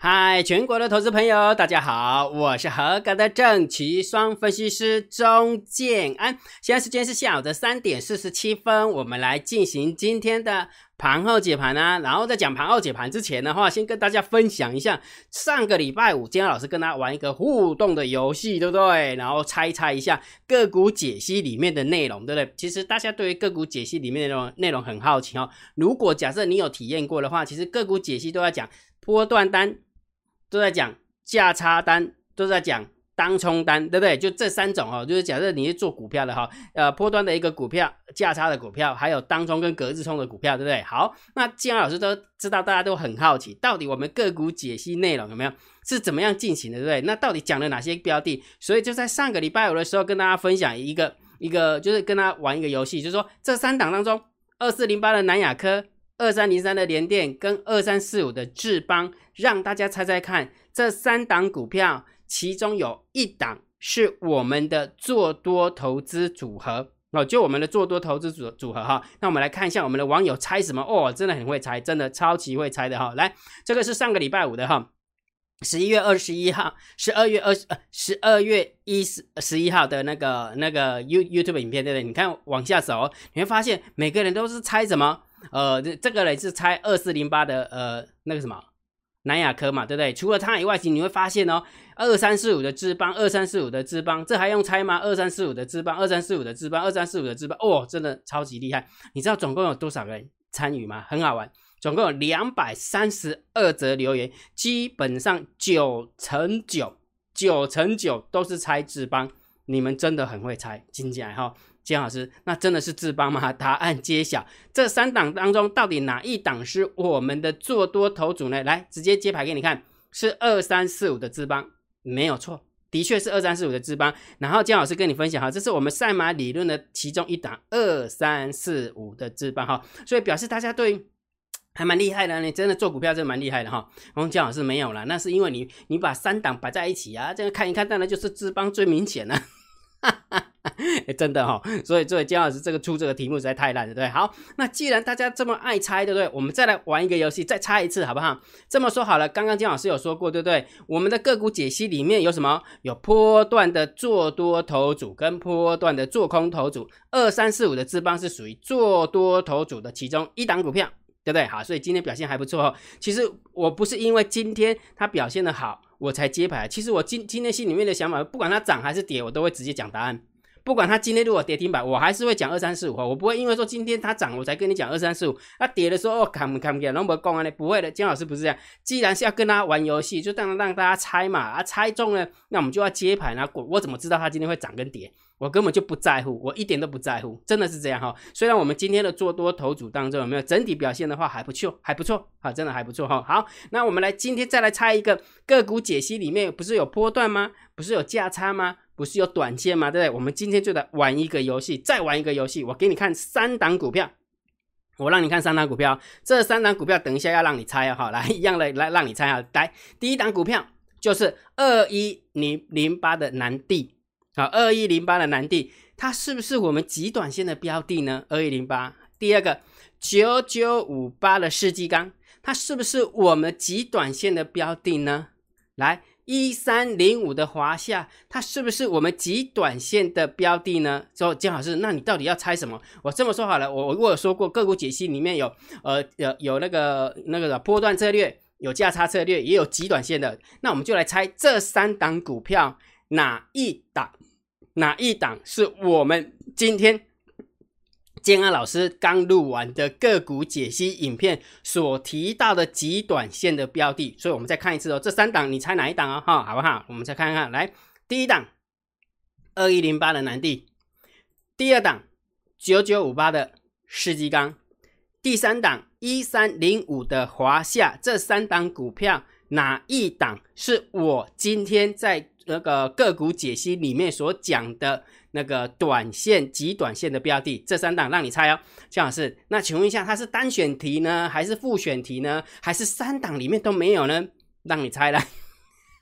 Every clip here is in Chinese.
嗨，全国的投资朋友，大家好，我是合格的正奇双分析师钟建安。现在时间是下午的3点47分，我们来进行今天的盘后解盘啊。然后在讲盘后解盘之前的话，先跟大家分享一下上个礼拜五，建安老师跟大家玩一个互动的游戏，对不对？然后猜一下个股解析里面的内容，对不对？其实大家对于个股解析里面的内容很好奇哦。如果假设你有体验过的话，其实个股解析都在讲波段单，都在讲价差单，都在讲当冲单，对不对？就这3种就是假设你是做股票的波段的一个股票，价差的股票，还有当冲跟隔日冲的股票，对不对？好，那建安老师都知道，大家都很好奇，到底我们个股解析内容有没有是怎么样进行的，对不对？那到底讲了哪些标的？所以就在上个礼拜五的时候跟大家分享一个就是跟大家玩一个游戏，就是说这3档当中2408的南亚科、2303的联电跟2345的智邦，让大家猜猜看，这3档股票其中有1档是我们的做多投资组合就我们的做多投资组合哈。那我们来看一下我们的网友猜什么真的很会猜，真的超级会猜的哈。来，这个是上个礼拜五的哈，11月21号12月11号的那个 YouTube 影片，对不对？你看往下走你会发现每个人都是猜什么这个人是猜2408的那个什么南亚科嘛，对不对？除了它以外，你会发现2345的智邦，2345的智邦，这还用猜吗？2345的智邦，2345的智邦，2345的智邦，真的超级厉害。你知道总共有多少个人参与吗？很好玩，总共有232则留言，基本上9成9都是猜智邦。你们真的很会猜，听起来建老师，那真的是智邦吗？答案揭晓，这3档当中到底哪一档是我们的做多头组呢？来，直接揭牌给你看，是2345的智邦，没有错，的确是2345的智邦。然后建老师跟你分享这是我们赛马理论的其中1档2345的智邦所以表示大家对还蛮厉害的，你真的做股票真的蛮厉害的我们建老师没有啦，那是因为你把3档摆在一起这样看一看，当然就是智邦最明显了真的所以建老师出这个题目实在太烂了，对不对？好，那既然大家这么爱猜，对不对？我们再来玩一个游戏，再猜一次好不好？这么说好了，刚刚建老师有说过，对不对？我们的个股解析里面有什么？有波段的做多头组跟波段的做空头组，2345的智邦是属于做多头组的其中1档股票，对不对？好，所以今天表现还不错其实我不是因为今天它表现的好我才接牌，其实我今天心里面的想法，不管它涨还是跌，我都会直接讲答案。不管它今天如果跌停板，我还是会讲2345我不会因为说今天它涨我才跟你讲2345，它跌的时候看不见都没讲呢，不会的，建老师不是这样。既然是要跟大家玩游戏，就当然让大家猜嘛猜中了，那我们就要接盘我怎么知道它今天会涨跟跌？我根本就不在乎，我一点都不在乎，真的是这样虽然我们今天的做多头组当中有没有整体表现的话还不错真的还不错好，那我们今天再来猜一个个股解析里面不是有波段吗？不是有价差吗？不是有短线吗？对不对？我们今天就来玩一个游戏，再玩一个游戏，我给你看3档股票，我让你看3档股票，这3档股票等一下要让你猜来一样的来让你猜来，第1档股票就是2108的南地2108的南地，它是不是我们极短线的标的呢？2108。第二个9958的世纪钢，它是不是我们极短线的标的呢？来1305的华夏，它是不是我们极短线的标的呢？所以建老师，那你到底要猜什么？我这么说好了，我有说过个股解析里面有那个波段策略，有价差策略，也有极短线的。那我们就来猜这3档股票哪一档是我们今天建安老师刚录完的个股解析影片所提到的极短线的标的，所以我们再看一次这3档你猜哪一档好不好？我们再看看，来，第1档2108的南地，第2档9958的世纪钢，第3档1305的华夏，这3档股票哪一档是我今天在那个个股解析里面所讲的那个短线极短线的标的？这3档让你猜姜老师，那请问一下，它是单选题呢，还是复选题呢，还是3档里面都没有呢？让你猜了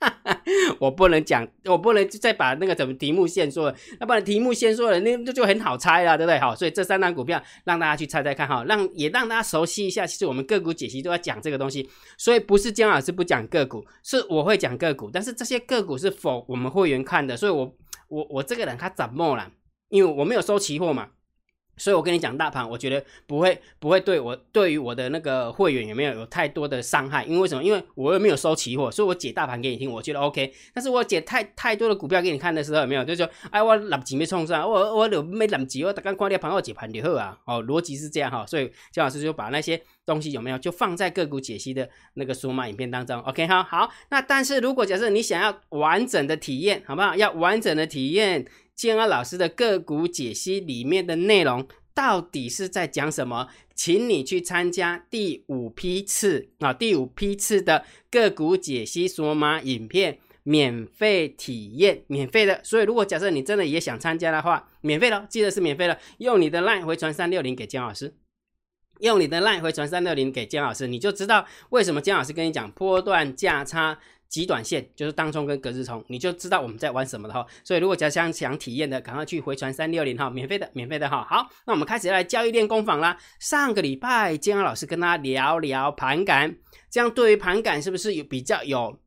我不能再把那个怎么题目先说了，要不然题目先说了，那就很好猜了，对不对？好，所以这3档股票让大家去猜猜看哈，也让大家熟悉一下。其实我们个股解析都要讲这个东西，所以不是姜老师不讲个股，是我会讲个股，但是这些个股是否我们会员看的，所以我这个人他怎么啦？因为我没有收期货嘛。所以我跟你讲大盘，我觉得不会对于我的那个会员有太多的伤害，因为为什么？因为我又没有收期货，所以我解大盘给你听，我觉得 OK。但是我解太多的股票给你看的时候，有没有？就是说，哎，我揽钱要冲上，我就没揽钱，我刚看了盘我解盘就好啊。哦，逻辑是这样哈，所以姜老师就把那些东西有没有就放在个股解析的那个数码影片当中 ，OK 哈。好，那但是如果假设你想要完整的体验，好不好？要完整的体验。建安老师的个股解析里面的内容到底是在讲什么？请你去参加第5批次的个股解析索马影片免费体验，免费的。所以如果假设你真的也想参加的话，免费的，记得是免费的。用你的 LINE 回传360给姜老师。用你的 LINE 回传360给姜老师，你就知道为什么姜老师跟你讲波段价差极短线就是当冲跟隔日冲，你就知道我们在玩什么了哈。所以如果假设想体验的，赶快去回传360哈，免费的哈。好，那我们开始来交易练功坊啦。上个礼拜姜老师跟大家聊聊盘感，这样对于盘感是不是比较有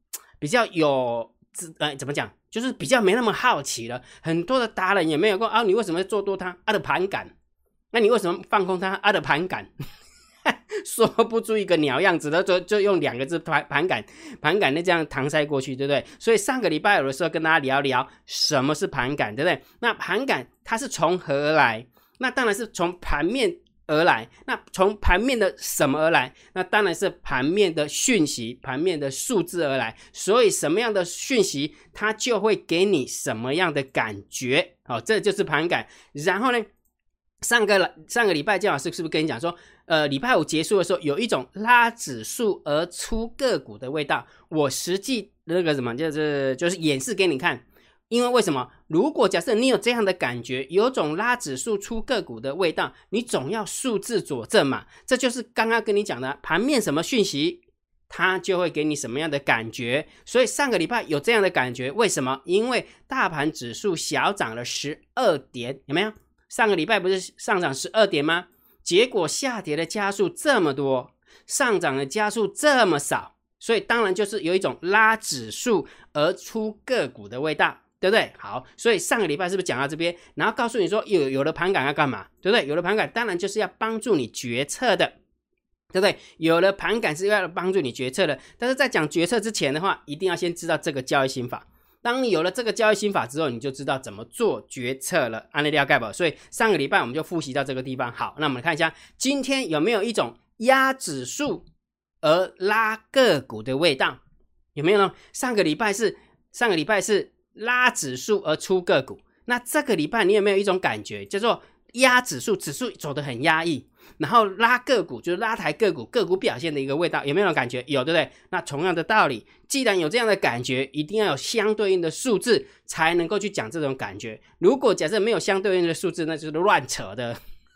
怎么讲？就是比较没那么好奇了。很多的达人也没有过啊，你为什么做多它？的盘感。那你为什么放空它？的盘感。说不出一个鸟样子的，就用2个字盘感那这样搪塞过去，对不对？所以上个礼拜有的时候跟大家聊聊什么是盘感，对不对？那盘感它是从何而来？那当然是从盘面而来。那从盘面的什么而来？那当然是盘面的讯息、盘面的数字而来。所以什么样的讯息，它就会给你什么样的感觉。好，这就是盘感。然后呢？上个礼拜姜老师是不是跟你讲说，礼拜5结束的时候有一种拉指数而出个股的味道？我实际那个什么就是演示给你看。因为为什么？如果假设你有这样的感觉，有种拉指数出个股的味道，你总要数字佐证嘛。这就是刚刚跟你讲的盘面什么讯息，它就会给你什么样的感觉。所以上个礼拜有这样的感觉，为什么？因为大盘指数小涨了12点，有没有？上个礼拜不是上涨12点吗？结果下跌的加速这么多，上涨的加速这么少，所以当然就是有一种拉指数而出个股的味道，对不对？好，所以上个礼拜是不是讲到这边，然后告诉你说有了盘感要干嘛，对不对？有了盘感当然就是要帮助你决策的，对不对？有了盘感是要帮助你决策的，但是在讲决策之前的话，一定要先知道这个交易心法。当你有了这个交易心法之后，你就知道怎么做决策了，按了解吧。所以上个礼拜我们就复习到这个地方。好，那我们看一下今天有没有一种压指数而拉个股的味道，有没有呢？上个礼拜是拉指数而出个股，那这个礼拜你有没有一种感觉叫做压指数走得很压抑，然后拉个股就是拉抬个股表现的一个味道，有没有感觉？有，对不对？那同样的道理，既然有这样的感觉，一定要有相对应的数字才能够去讲这种感觉。如果假设没有相对应的数字，那就是乱扯的。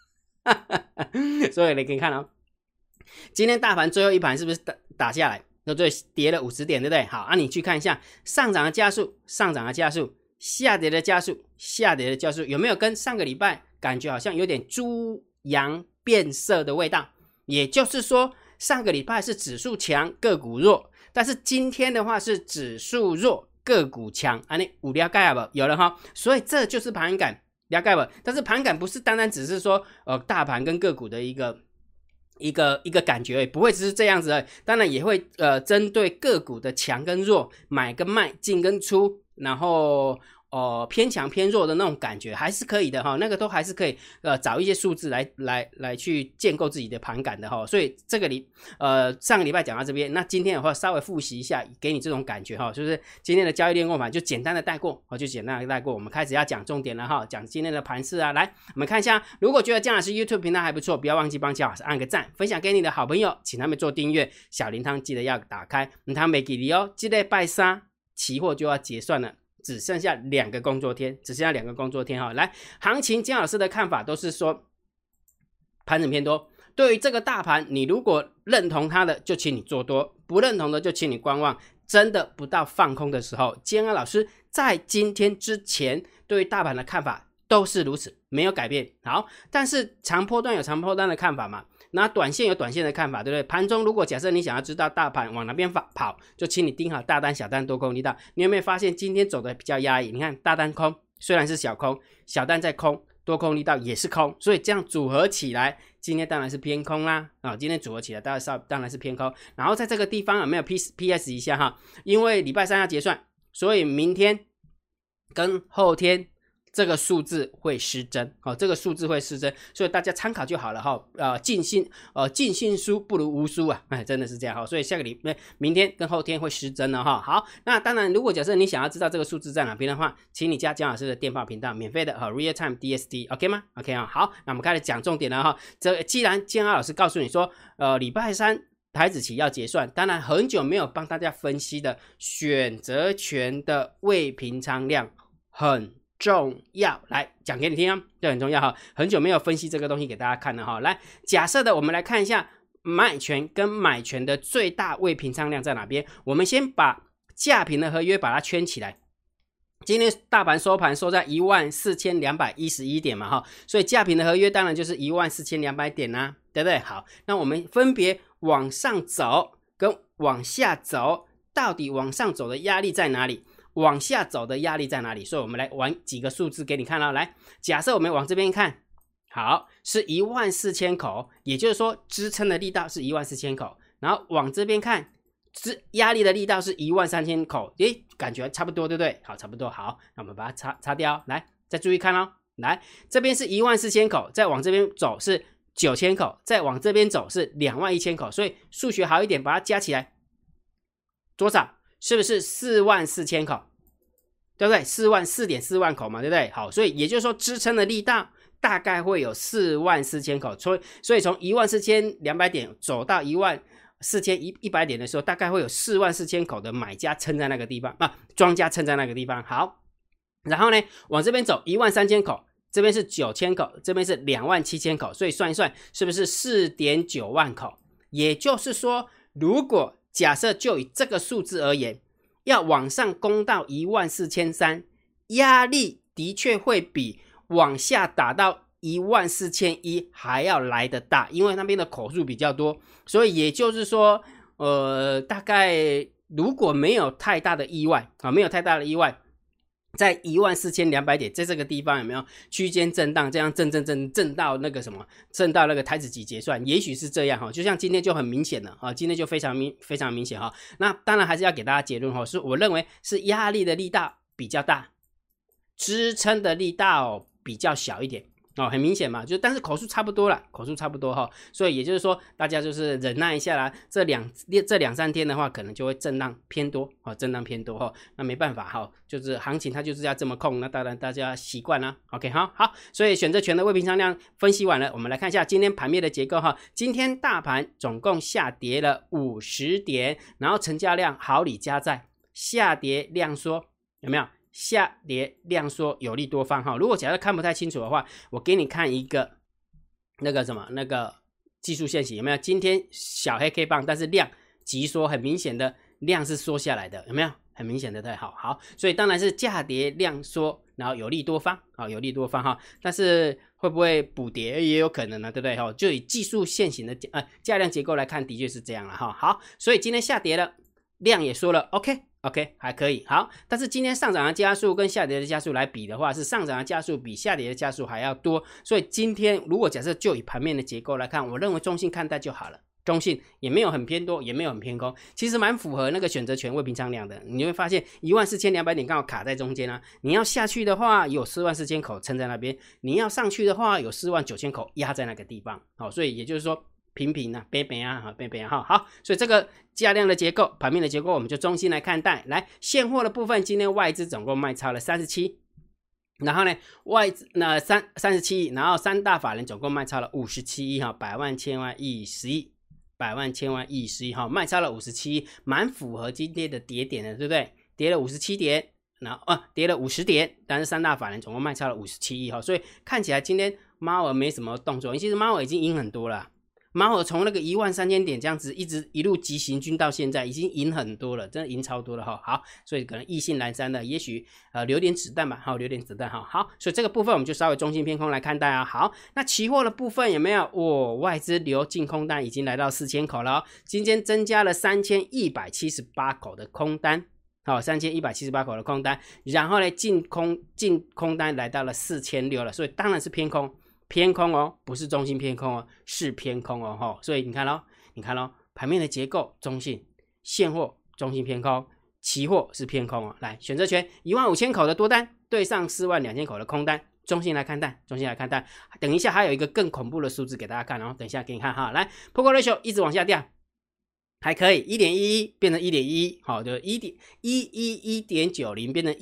所以你可以看哦，今天大盘最后一盘是不是打下来，就跌了50点，对不对？好，你去看一下上涨的加速，下跌的加速，有没有跟上个礼拜感觉好像有点猪羊变色的味道？也就是说上个礼拜是指数强个股弱，但是今天的话是指数弱个股强，有了解不？有了哈，所以这就是盘感，了解不？但是盘感不是单单只是说大盘跟个股的一个感觉而已，不会只是这样子而已，当然也会针对个股的强跟弱，买跟卖，进跟出，然后偏强偏弱的那种感觉还是可以的哈，那个都还是可以找一些数字来去建构自己的盘感的哈。所以这个上个礼拜讲到这边，那今天的话稍微复习一下，给你这种感觉哈，就是今天的交易练功法就简单的带过，我们开始要讲重点了哈，讲今天的盘势啊。来，我们看一下，如果觉得姜老师 YouTube 频道还不错，不要忘记帮姜老师按个赞，分享给你的好朋友，请他们做订阅，小铃铛记得要打开，他没给你哦，记得拜三期货就要结算了。只剩下2个工作天，哈。来，行情姜老师的看法都是说盘整偏多。对于这个大盘，你如果认同它的，就请你做多；不认同的，就请你观望。 真的不到放空的时候。建安老师在今天之前对于大盘的看法都是如此，没有改变。好，但是长波段有长波段的看法嘛，那短线有短线的看法，对不对？盘中如果假设你想要知道大盘往哪边跑，就请你盯好大单、小单、多空力道。你有没有发现今天走的比较压抑？你看大单空，虽然是小空，小单在空，多空力道也是空，所以这样组合起来，今天当然是偏空啦。今天组合起来当然是偏空。然后在这个地方有没有 PS 一下哈？因为礼拜三要结算，所以明天跟后天这个数字会失真，这个数字会失真，所以大家参考就好了哈。尽信书不如无书啊，真的是这样哈。所以明天跟后天会失真了哈。好，那当然，如果假设你想要知道这个数字在哪边的话，请你加姜老师的电报频道，免费的Real Time DST，OK 吗 ？OK 啊，好，那我们开始讲重点了哈。既然姜老师告诉你说，礼拜三台指期要结算，当然很久没有帮大家分析的选择权的未平仓量很重要，来讲给你听啊，这很重要哈。很久没有分析这个东西给大家看了哈。来，假设的我们来看一下卖权跟买权的最大未平仓量在哪边。我们先把价平的合约把它圈起来。今天大盘收盘收在14211点嘛哈，所以价平的合约当然就是14200点啦，对不对？好，那我们分别往上走跟往下走，到底往上走的压力在哪里？往下走的压力在哪里？所以我们来玩几个数字给你看了。来，假设我们往这边看，好，是14000口，也就是说支撑的力道是14000口，然后往这边看，压力的力道是13000口，感觉差不多，对不对？好，差不多。好，那我们把它擦掉。来，再注意看哦。来，这边是14000口，再往这边走是9000口，再往这边走是21000口，所以数学好一点，把它加起来多少？是不是44000口？对不对？4.4万口嘛，对不对？好，所以也就是说支撑的力道大概会有44000口，所以从14200点走到14100点的时候，大概会有44000口的买家撑在那个地方啊，庄家撑在那个地方。好，然后呢往这边走13000口，这边是9000口，这边是27000口，所以算一算是不是4.9万口？也就是说，如果假设就以这个数字而言，要往上攻到14300，压力的确会比往下打到14100还要来得大，因为那边的口数比较多，所以也就是说，大概如果没有太大的意外啊，在14200点，在这个地方有没有区间震荡？这样震到那个什么，震到那个台指期结算，也许是这样哈。就像今天就很明显了啊，今天就非常明显哈。那当然还是要给大家结论哈，是我认为是压力的力道比较大，支撑的力道比较小一点。很明显嘛，但是口数差不多啦，哈，所以也就是说，大家就是忍耐一下啦。这两三天的话，可能就会震荡偏多，那没办法哈，就是行情它就是要这么控，那当然大家习惯啦。OK 好，所以选择权的未平仓量分析完了，我们来看一下今天盘面的结构哈。今天大盘总共下跌了50点，然后成交量好礼加在，下跌量缩，有没有？下跌量缩有利多方哈，如果假设看不太清楚的话，我给你看一个那个技术线型，有没有？今天小黑 K 棒，但是量急缩，很明显的量是缩下来的，有没有？很明显的，对，好，所以当然是价跌量缩，然后有利多方哈，但是会不会补跌也有可能呢，对不对哈？就以技术线型的价量结构来看，的确是这样了哈。好，所以今天下跌了，量也缩了 ，OK 还可以。好，但是今天上涨的加速跟下跌的加速来比的话，是上涨的加速比下跌的加速还要多，所以今天如果假设就以盘面的结构来看，我认为中性看待就好了，中性也没有很偏多，也没有很偏空，其实蛮符合那个选择权未平仓量的。你会发现14200点刚好卡在中间啊，你要下去的话有44000口撑在那边，你要上去的话有49000口压在那个地方。好，所以也就是说平啊，边边啊，好，所以这个价量的结构，盘面的结构，我们就中性来看待。来，现货的部分，今天外资总共卖超了37，然后呢，外资37亿，然后三大法人总共卖超了57亿哈，百万千万亿10亿哈，卖超了57亿，蛮符合今天的跌点的，对不对？跌了57点，然后跌了50点，但是三大法人总共卖超了57亿哈，所以看起来今天猫儿没什么动作，其实猫儿已经赢很多了。 猫儿从那个13000点这样子一路急行军到现在，已经赢很多了，真的赢超多了哈。好，所以可能意兴阑珊的，也许留点子弹吧，好，留点子弹哈。好，所以这个部分我们就稍微中性偏空来看待啊。好，那期货的部分有没有？外资流净空单已经来到4000口了，今天增加了3178口的空单。好，3178口的空单，然后呢，净空单来到了4600了，所以当然是偏空哦，不是中性偏空哦，是偏空哦，所以你看咯，盘面的结构中性，现货中性偏空，期货是偏空哦。来，选择权15000口的多单对上42000口的空单，中性来看待。等一下还有一个更恐怖的数字给大家看哦，等一下给你看哈。来 ，Poker Ratio 一直往下掉。还可以 1.11 变成 1.1， 好，就 1.90 变成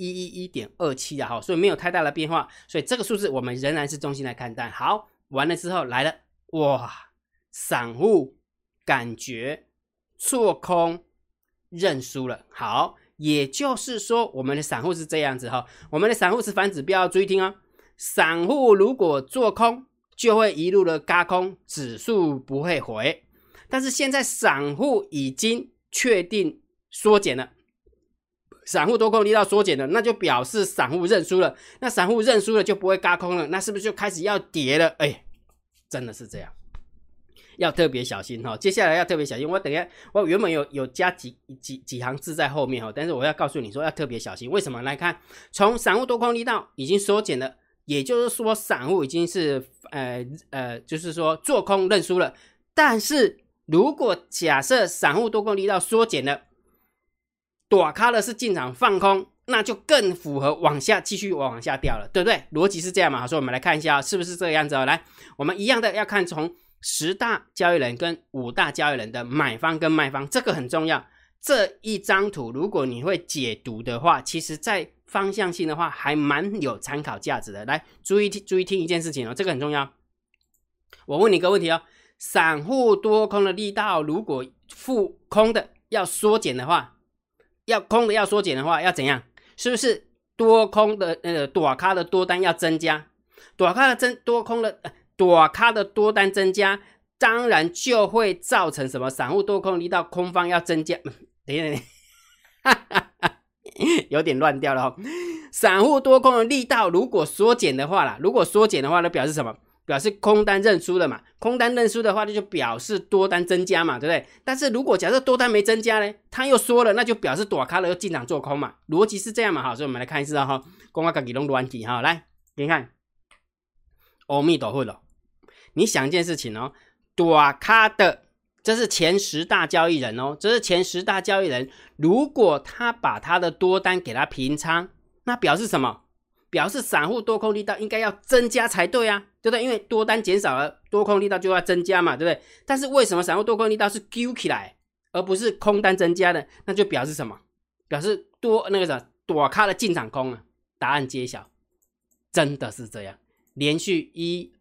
111.27 啊，所以没有太大的变化，所以这个数字我们仍然是中性来看待。好，完了之后来了，哇，散户感觉做空认输了。好，也就是说我们的散户是这样子哈，我们的散户是反指标，注意听哦，散户如果做空就会一路的軋空，指数不会回。但是现在散户已经确定缩减了，散户多空力道缩减了，那就表示散户认输了。那散户认输了就不会軋空了，那是不是就开始要跌了？哎，真的是这样，要特别小心哈。接下来要特别小心，我原本有加几行字在后面哈，但是我要告诉你说要特别小心。为什么？来看，从散户多空力道已经缩减了，也就是说散户已经是就是说做空认输了，但是如果假设散户多空力道缩减了，大咖的是进场放空，那就更符合继续往下掉了，对不对？逻辑是这样嘛？所以我们来看一下是不是这个样子哦。来，我们一样的要看从10大交易人跟5大交易人的买方跟卖方，这个很重要。这一张图如果你会解读的话，其实在方向性的话还蛮有参考价值的。来，注意听一件事情哦，这个很重要。我问你一个问题哦，散户多空的力道如果负空的要缩减的话，空的要缩减的话要怎样？是不是多空的大咖的多单要增加？大咖的多单增加，当然就会造成什么？散户多空力道空方要增加。等一下有点乱掉了哦。散户多空的力道如果缩减的话那表示什么？表示空单认输了嘛，空单认输的话，那就表示多单增加嘛，对不对？但是如果假设多单没增加呢，他又缩了，那就表示大咖了又进场做空嘛，逻辑是这样嘛，好，所以我们来看一次哈，讲我自己都乱记哈，来，给你看，阿弥陀佛了，你想一件事情哦，大咖的，这是前10大交易人哦，如果他把他的多单给他平仓，那表示什么？表示散户多空力道应该要增加才对啊，对不对？因为多单减少了，多空力道就要增加嘛，对不对？但是为什么散户多空力道是揪起来，而不是空单增加的？那就表示什么？表示大咖的进场空啊。答案揭晓，真的是这样，连续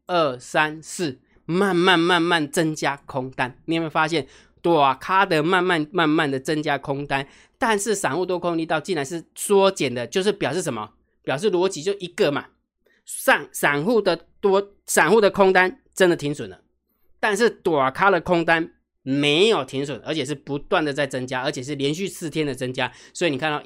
1、2、3、4，慢慢增加空单。你有没有发现，大咖的慢慢的增加空单，但是散户多空力道竟然是缩减的，就是表示什么？表示逻辑就一个嘛，散户的空单真的停损了，但是大咖的空单没有停损，而且是不断的在增加，而且是连续4天的增加，所以你看到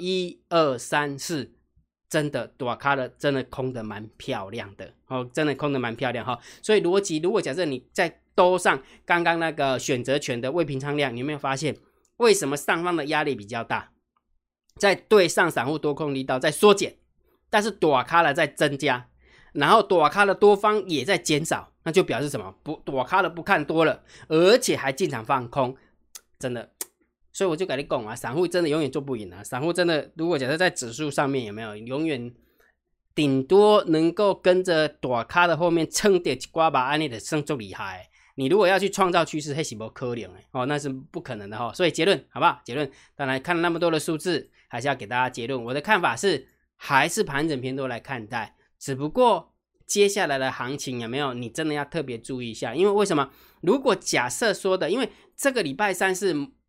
1、2、3、4，真的大咖的真的空的蛮漂亮的哦，真的空的蛮漂亮哈。所以逻辑，如果假设你在兜上刚刚那个选择权的未平仓量，你有没有发现为什么上方的压力比较大？在对上散户多空力道在缩减。但是大咖的在增加，然后大咖的多方也在减少，那就表示什么？大咖的不看多了，而且还进场放空，真的。所以我就跟你讲啊，散户真的永远做不赢啊！散户真的，如果假设在指数上面有没有，永远顶多能够跟着大咖的后面蹭点一瓜把安利的胜足厉害。你如果要去创造趋势，那是不可能哦，那是不可能的哈。所以结论好不好？结论当然看了那么多的数字，还是要给大家结论。我的看法是。还是盘整偏多来看待，只不过接下来的行情有没有你真的要特别注意一下，因为为什么？如果假设说的，因为这个礼拜3是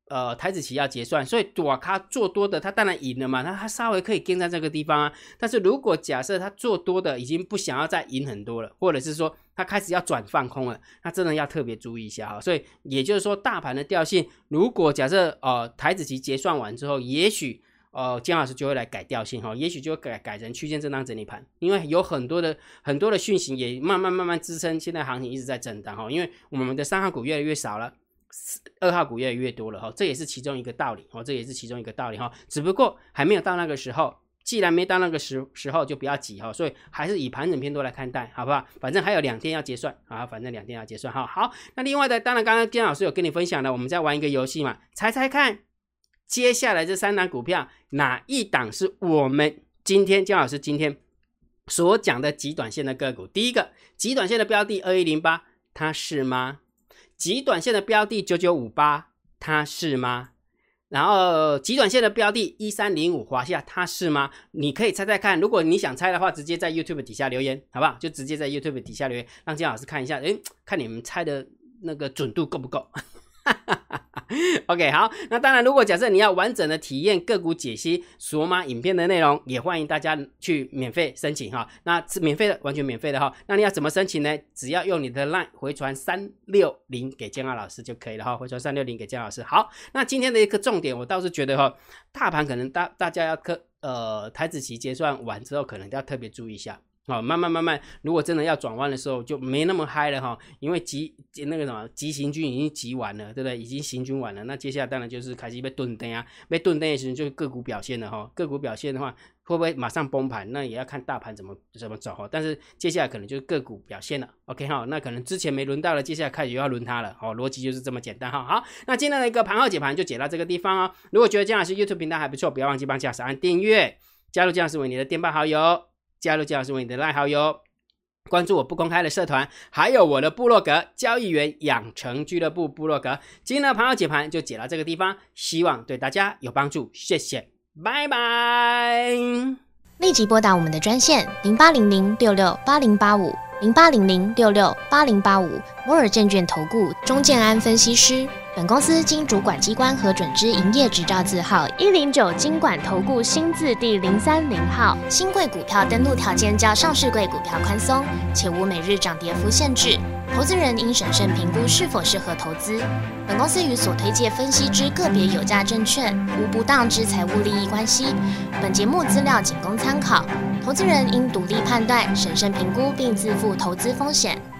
台指期要结算，所以大咖做多的他当然赢了嘛，那他稍微可以跟在这个地方啊。但是如果假设他做多的已经不想要再赢很多了，或者是说他开始要转放空了，那真的要特别注意一下哈。所以也就是说，大盘的调性，如果假设台指期结算完之后，也许姜老师就会来改调性哈，也许就会改成区间震荡整理盘，因为有很多的讯息也慢慢支撑，现在行情一直在震荡哈，因为我们的3号股越来越少了。2号股越来越多了哈，这也是其中一个道理哈，这也是其中一个道理哈，只不过还没有到那个时候，既然没到那个时候就不要急哈，所以还是以盘整偏多来看待，好不好？反正还有2天要结算啊，反正2天要结算哈。好，那另外的，当然刚刚姜老师有跟你分享了，我们在玩一个游戏嘛，猜猜看，接下来这3档股票哪一档是我们今天姜老师今天所讲的极短线的个股？第一个极短线的标的2108，它是吗？极短线的标的9958，它是吗？然后极短线的标的1305华夏，它是吗？你可以猜猜看，如果你想猜的话，直接在 YouTube 底下留言，好不好？就直接在 YouTube 底下留言，让姜老师看一下，看你们猜的那个准度够不够。OK， 好，那当然，如果假设你要完整的体验个股解析索马影片的内容，也欢迎大家去免费申请哈。那是免费的，完全免费的哈。那你要怎么申请呢？只要用你的 LINE 回传360给建安老师就可以了哈，回传360给建安老师。好，那今天的一个重点，我倒是觉得哈，大盘可能大家要台指期结算完之后，可能要特别注意一下。慢慢，如果真的要转弯的时候，就没那么嗨了哈，因为急行军已经急完了，对不对？已经行军完了，那接下来当然就是开始被蹲灯啊，被蹲灯的时候就是个股表现了哈。个股表现的话，会不会马上崩盘？那也要看大盘怎么走哈。但是接下来可能就是个股表现了 ，OK 哈。那可能之前没轮到了，接下来开始又要轮它了，逻辑就是这么简单哈。好，那今天的一个盘后解盘就解到这个地方哦。如果觉得姜老师 YouTube 频道还不错，不要忘记帮姜老师按订阅，加入姜老师为你的电报好友。加入姜老师为你的 LINE 好友，关注我不公开的社团，还有我的部落格交易员养成俱乐部部落格。今天的盘后解盘就解到这个地方，希望对大家有帮助，谢谢，拜拜。 立即拨打我们的专线0800668085 0800668085摩尔证券投顾钟建安分析师。本公司经主管机关核准之营业执照字号109金管投顾新字第030号。新贵股票登录条件较上市贵股票宽松，且无每日涨跌幅限制。投资人应审慎评估是否适合投资。本公司与所推介分析之个别有价证券无不当之财务利益关系。本节目资料仅供参考，投资人应独立判断、审慎评估并自负投资风险。